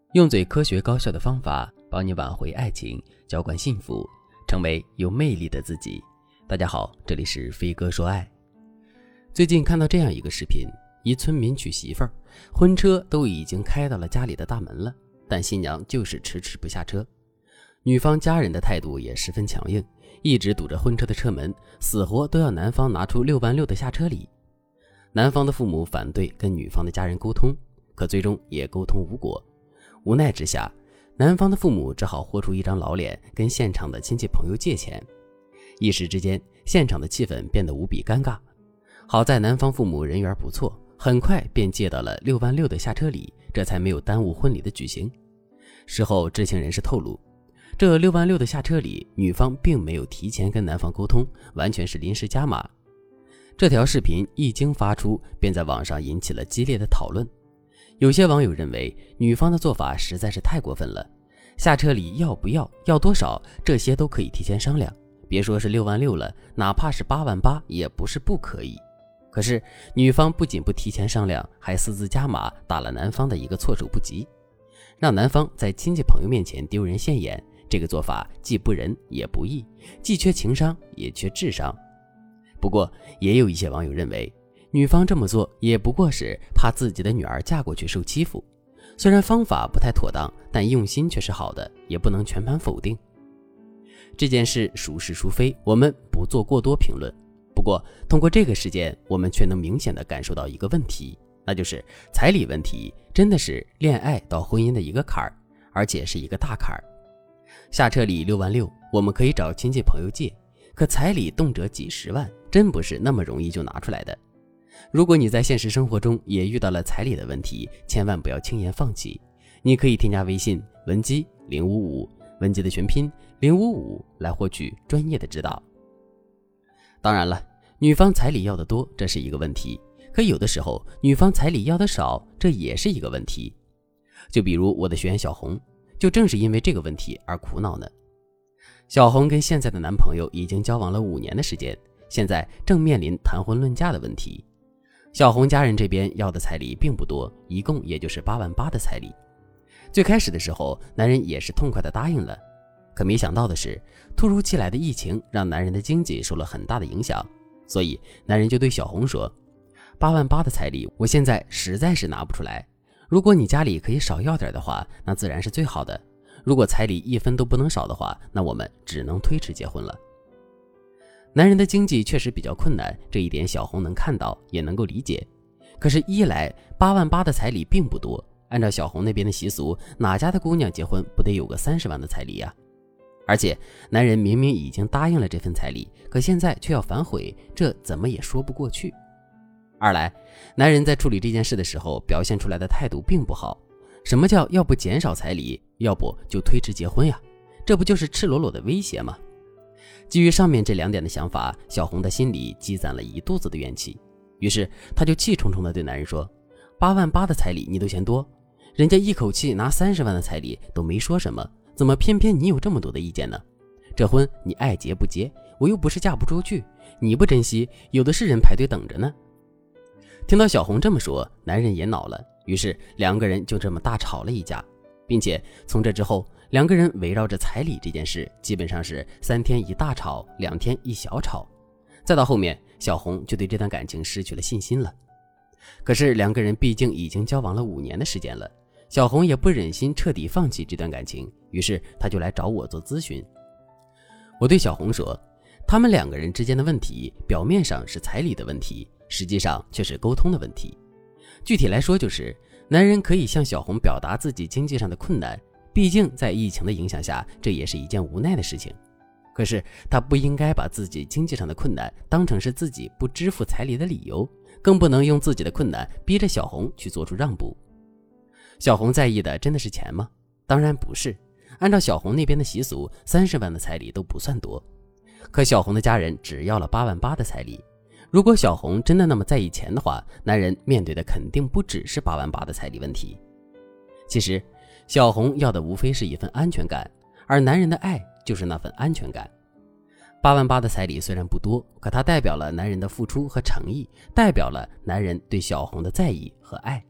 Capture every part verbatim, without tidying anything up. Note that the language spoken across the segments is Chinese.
用最科学高效的方法帮你挽回爱情，浇灌幸福，成为有魅力的自己。大家好，这里是飞哥说爱。最近看到这样一个视频，一村民娶媳妇儿，婚车都已经开到了家里的大门了，但新娘就是迟迟不下车。女方家人的态度也十分强硬，一直堵着婚车的车门，死活都要男方拿出六万六的下车礼。男方的父母反对跟女方的家人沟通，可最终也沟通无果。无奈之下，男方的父母只好豁出一张老脸跟现场的亲戚朋友借钱。一时之间，现场的气氛变得无比尴尬。好在男方父母人缘不错，很快便借到了六万六的下车礼，这才没有耽误婚礼的举行。事后知情人士透露，这六万六的下车礼，女方并没有提前跟男方沟通，完全是临时加码。这条视频一经发出，便在网上引起了激烈的讨论。有些网友认为女方的做法实在是太过分了，下车礼要不要，要多少，这些都可以提前商量，别说是六万六了，哪怕是八万八也不是不可以。可是女方不仅不提前商量，还私自加码，打了男方的一个措手不及，让男方在亲戚朋友面前丢人现眼。这个做法既不仁也不义，既缺情商也缺智商。不过也有一些网友认为，女方这么做也不过是怕自己的女儿嫁过去受欺负，虽然方法不太妥当，但用心却是好的，也不能全盘否定。这件事孰是孰非，我们不做过多评论。不过通过这个事件，我们却能明显地感受到一个问题，那就是彩礼问题真的是恋爱到婚姻的一个坎儿，而且是一个大坎儿。下车礼六万六，我们可以找亲戚朋友借，可彩礼动辄几十万，真不是那么容易就拿出来的。如果你在现实生活中也遇到了彩礼的问题，千万不要轻言放弃。你可以添加微信文姬零五五，文姬的全拼零五五，来获取专业的指导。当然了，女方彩礼要的多，这是一个问题，可有的时候女方彩礼要的少，这也是一个问题。就比如我的学员小红，就正是因为这个问题而苦恼呢。小红跟现在的男朋友已经交往了五年的时间，现在正面临谈婚论嫁的问题。小红家人这边要的彩礼并不多，一共也就是八万八的彩礼。最开始的时候，男人也是痛快地答应了，可没想到的是，突如其来的疫情让男人的经济受了很大的影响，所以男人就对小红说，八万八的彩礼我现在实在是拿不出来，如果你家里可以少要点的话，那自然是最好的，如果彩礼一分都不能少的话，那我们只能推迟结婚了。男人的经济确实比较困难，这一点小红能看到，也能够理解。可是一来八万八的彩礼并不多，按照小红那边的习俗，哪家的姑娘结婚不得有个三十万的彩礼呀？而且男人明明已经答应了这份彩礼，可现在却要反悔，这怎么也说不过去。二来，男人在处理这件事的时候表现出来的态度并不好。什么叫要不减少彩礼，要不就推迟结婚呀？这不就是赤裸裸的威胁吗？基于上面这两点的想法，小红的心里积攒了一肚子的怨气，于是她就气冲冲地对男人说，八万八的彩礼你都嫌多，人家一口气拿三十万的彩礼都没说什么，怎么偏偏你有这么多的意见呢？这婚你爱结不结，我又不是嫁不出去，你不珍惜，有的是人排队等着呢。听到小红这么说，男人也恼了，于是两个人就这么大吵了一架，并且从这之后，两个人围绕着彩礼这件事，基本上是三天一大吵，两天一小吵。再到后面，小红就对这段感情失去了信心了。可是两个人毕竟已经交往了五年的时间了，小红也不忍心彻底放弃这段感情，于是她就来找我做咨询。我对小红说，他们两个人之间的问题，表面上是彩礼的问题，实际上却是沟通的问题。具体来说，就是男人可以向小红表达自己经济上的困难，毕竟在疫情的影响下，这也是一件无奈的事情。可是他不应该把自己经济上的困难当成是自己不支付彩礼的理由，更不能用自己的困难逼着小红去做出让步。小红在意的真的是钱吗？当然不是。按照小红那边的习俗，三十万的彩礼都不算多，可小红的家人只要了八万八的彩礼。如果小红真的那么在意钱的话，男人面对的肯定不只是八万八的彩礼问题。其实小红要的无非是一份安全感，而男人的爱就是那份安全感。八万八的彩礼虽然不多，可它代表了男人的付出和诚意，代表了男人对小红的在意和爱。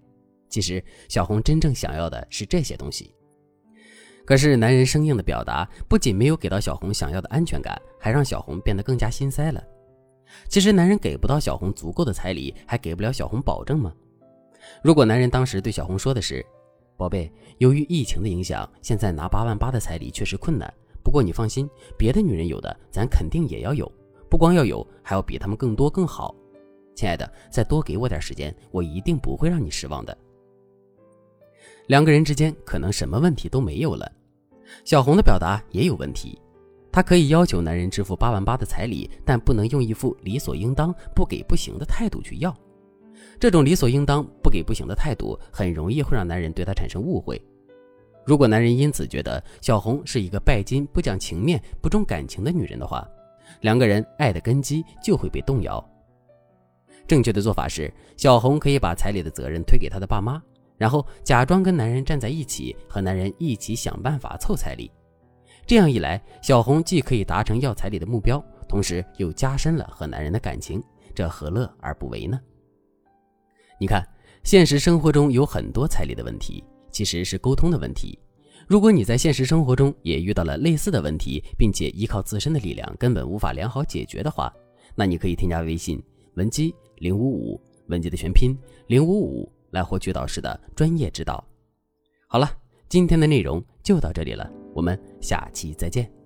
其实小红真正想要的是这些东西。可是男人生硬的表达不仅没有给到小红想要的安全感，还让小红变得更加心塞了。其实男人给不到小红足够的彩礼，还给不了小红保证吗？如果男人当时对小红说的是，宝贝，由于疫情的影响，现在拿八万八的彩礼确实困难，不过你放心，别的女人有的咱肯定也要有，不光要有，还要比他们更多更好。亲爱的，再多给我点时间，我一定不会让你失望的。两个人之间可能什么问题都没有了。小红的表达也有问题，她可以要求男人支付八万八的彩礼，但不能用一副理所应当不给不行的态度去要。这种理所应当不给不行的态度很容易会让男人对她产生误会。如果男人因此觉得小红是一个拜金、不讲情面、不重感情的女人的话，两个人爱的根基就会被动摇。正确的做法是，小红可以把彩礼的责任推给她的爸妈，然后假装跟男人站在一起，和男人一起想办法凑彩礼。这样一来，小红既可以达成要彩礼的目标，同时又加深了和男人的感情，这何乐而不为呢？你看，现实生活中有很多彩礼的问题，其实是沟通的问题。如果你在现实生活中也遇到了类似的问题，并且依靠自身的力量根本无法良好解决的话，那你可以添加微信文姬零五五，文姬的全拼零五五，来获取导师的专业指导。好了，今天的内容就到这里了，我们下期再见。